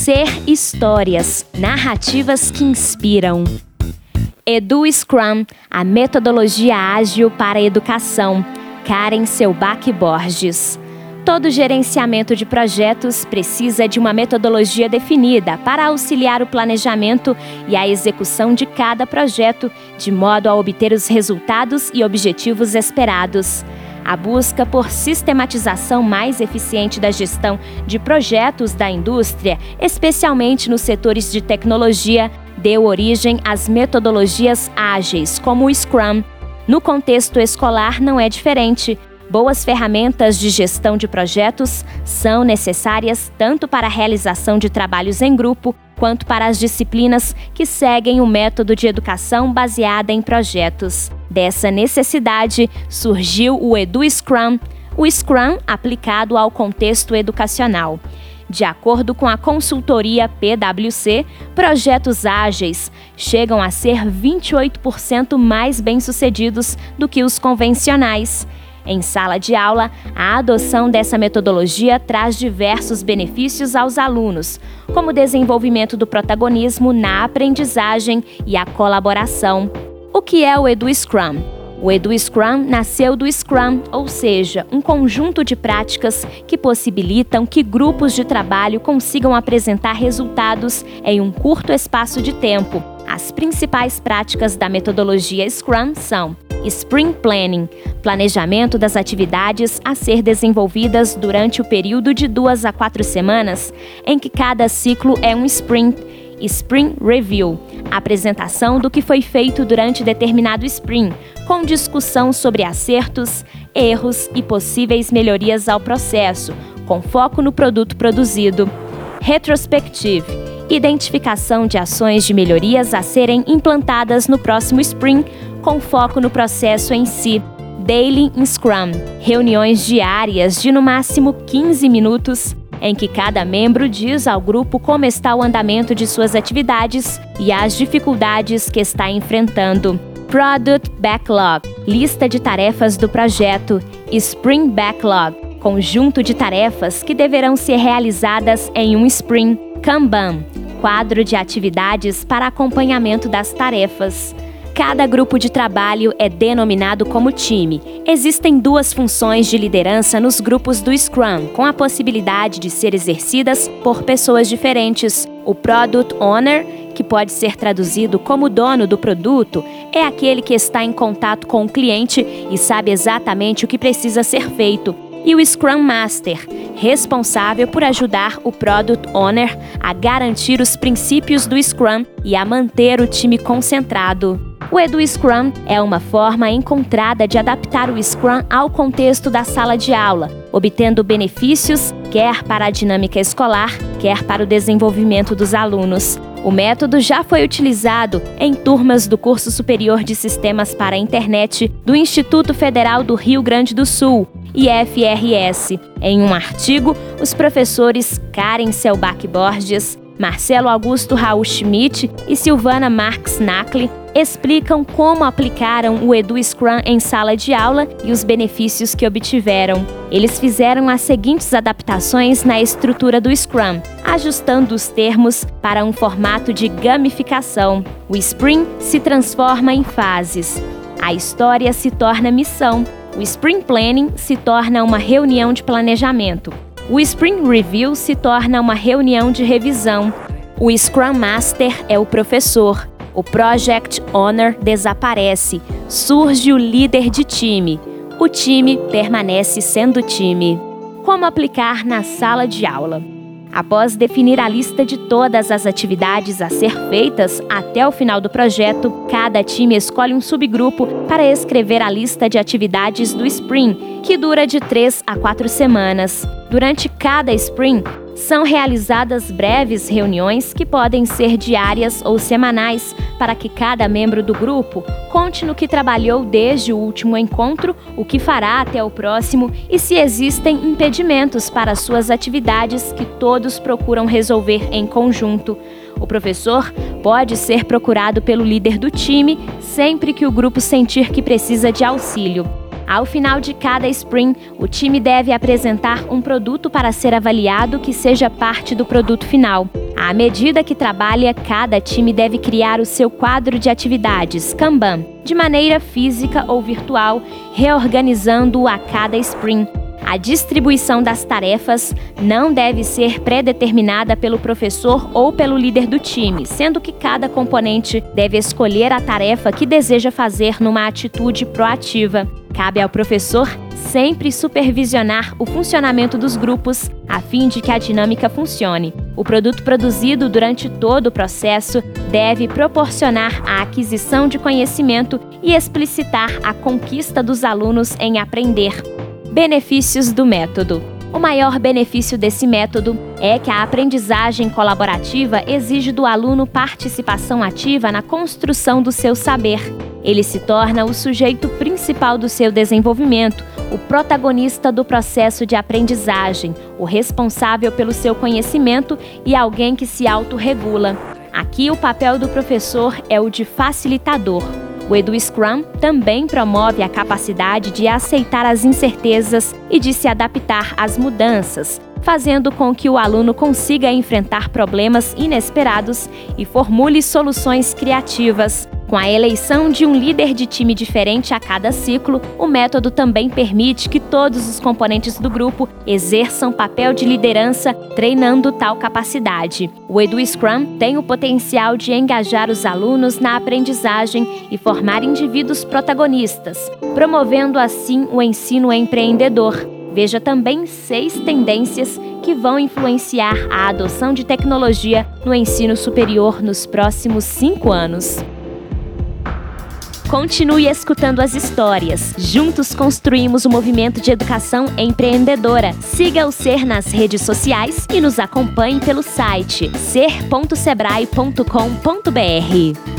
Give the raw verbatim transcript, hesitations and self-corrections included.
Ser histórias, narrativas que inspiram. Edu Scrum, a metodologia ágil para a educação. Karen Selbach Borges. Todo gerenciamento de projetos precisa de uma metodologia definida para auxiliar o planejamento e a execução de cada projeto, de modo a obter os resultados e objetivos esperados. A busca por sistematização mais eficiente da gestão de projetos da indústria, especialmente nos setores de tecnologia, deu origem às metodologias ágeis, como o Scrum. No contexto escolar não é diferente. Boas ferramentas de gestão de projetos são necessárias tanto para a realização de trabalhos em grupo, quanto para as disciplinas que seguem o método de educação baseada em projetos. Dessa necessidade, surgiu o Edu Scrum, o Scrum aplicado ao contexto educacional. De acordo com a consultoria P W C, projetos ágeis chegam a ser vinte e oito por cento mais bem-sucedidos do que os convencionais. Em sala de aula, a adoção dessa metodologia traz diversos benefícios aos alunos, como o desenvolvimento do protagonismo na aprendizagem e a colaboração. O que é o Edu Scrum? O Edu Scrum nasceu do Scrum, ou seja, um conjunto de práticas que possibilitam que grupos de trabalho consigam apresentar resultados em um curto espaço de tempo. As principais práticas da metodologia Scrum são Sprint Planning, planejamento das atividades a ser desenvolvidas durante o período de duas a quatro semanas, em que cada ciclo é um sprint. Sprint Review, apresentação do que foi feito durante determinado sprint, com discussão sobre acertos, erros e possíveis melhorias ao processo, com foco no produto produzido. Retrospective, identificação de ações de melhorias a serem implantadas no próximo sprint, com foco no processo em si. Daily in Scrum, reuniões diárias de no máximo quinze minutos, em que cada membro diz ao grupo como está o andamento de suas atividades e as dificuldades que está enfrentando. Product Backlog, lista de tarefas do projeto. Sprint Backlog, conjunto de tarefas que deverão ser realizadas em um sprint. Kanban, quadro de atividades para acompanhamento das tarefas. Cada grupo de trabalho é denominado como time. Existem duas funções de liderança nos grupos do Scrum, com a possibilidade de ser exercidas por pessoas diferentes. O Product Owner, que pode ser traduzido como dono do produto, é aquele que está em contato com o cliente e sabe exatamente o que precisa ser feito. E o Scrum Master, responsável por ajudar o Product Owner a garantir os princípios do Scrum e a manter o time concentrado. O Edu Scrum é uma forma encontrada de adaptar o Scrum ao contexto da sala de aula, obtendo benefícios quer para a dinâmica escolar, quer para o desenvolvimento dos alunos. O método já foi utilizado em turmas do Curso Superior de Sistemas para a Internet do Instituto Federal do Rio Grande do Sul, I F R S. Em um artigo, os professores Karen Selbach Borges, Marcelo Augusto Raul Schmidt e Silvana Marx Nakli explicam como aplicaram o Edu Scrum em sala de aula e os benefícios que obtiveram. Eles fizeram as seguintes adaptações na estrutura do Scrum, ajustando os termos para um formato de gamificação. O sprint se transforma em fases. A história se torna missão. O Sprint Planning se torna uma reunião de planejamento. O Sprint Review se torna uma reunião de revisão. O Scrum Master é o professor. O Project Owner desaparece. Surge o líder de time. O time permanece sendo time. Como aplicar na sala de aula? Após definir a lista de todas as atividades a ser feitas até o final do projeto, cada time escolhe um subgrupo para escrever a lista de atividades do sprint, que dura de três a quatro semanas. Durante cada sprint, são realizadas breves reuniões que podem ser diárias ou semanais, para que cada membro do grupo conte no que trabalhou desde o último encontro, o que fará até o próximo e se existem impedimentos para suas atividades que todos procuram resolver em conjunto. O professor pode ser procurado pelo líder do time sempre que o grupo sentir que precisa de auxílio. Ao final de cada sprint, o time deve apresentar um produto para ser avaliado que seja parte do produto final. A À medida que trabalha, cada time deve criar o seu quadro de atividades, Kanban, de maneira física ou virtual, reorganizando-o a cada sprint. A distribuição das tarefas não deve ser pré-determinada pelo professor ou pelo líder do time, sendo que cada componente deve escolher a tarefa que deseja fazer numa atitude proativa. Cabe ao professor sempre supervisionar o funcionamento dos grupos, a fim de que a dinâmica funcione. O produto produzido durante todo o processo deve proporcionar a aquisição de conhecimento e explicitar a conquista dos alunos em aprender. Benefícios do método. O maior benefício desse método é que a aprendizagem colaborativa exige do aluno participação ativa na construção do seu saber. Ele se torna o sujeito principal do seu desenvolvimento, o protagonista do processo de aprendizagem, o responsável pelo seu conhecimento e alguém que se autorregula. Aqui o papel do professor é o de facilitador. O Edu Scrum também promove a capacidade de aceitar as incertezas e de se adaptar às mudanças, fazendo com que o aluno consiga enfrentar problemas inesperados e formule soluções criativas. Com a eleição de um líder de time diferente a cada ciclo, o método também permite que todos os componentes do grupo exerçam papel de liderança, treinando tal capacidade. O Edu Scrum tem o potencial de engajar os alunos na aprendizagem e formar indivíduos protagonistas, promovendo assim o ensino empreendedor. Veja também seis tendências que vão influenciar a adoção de tecnologia no ensino superior nos próximos cinco anos. Continue escutando as histórias. Juntos construímos o movimento de educação empreendedora. Siga o Ser nas redes sociais e nos acompanhe pelo site ser ponto sebrae ponto com ponto br.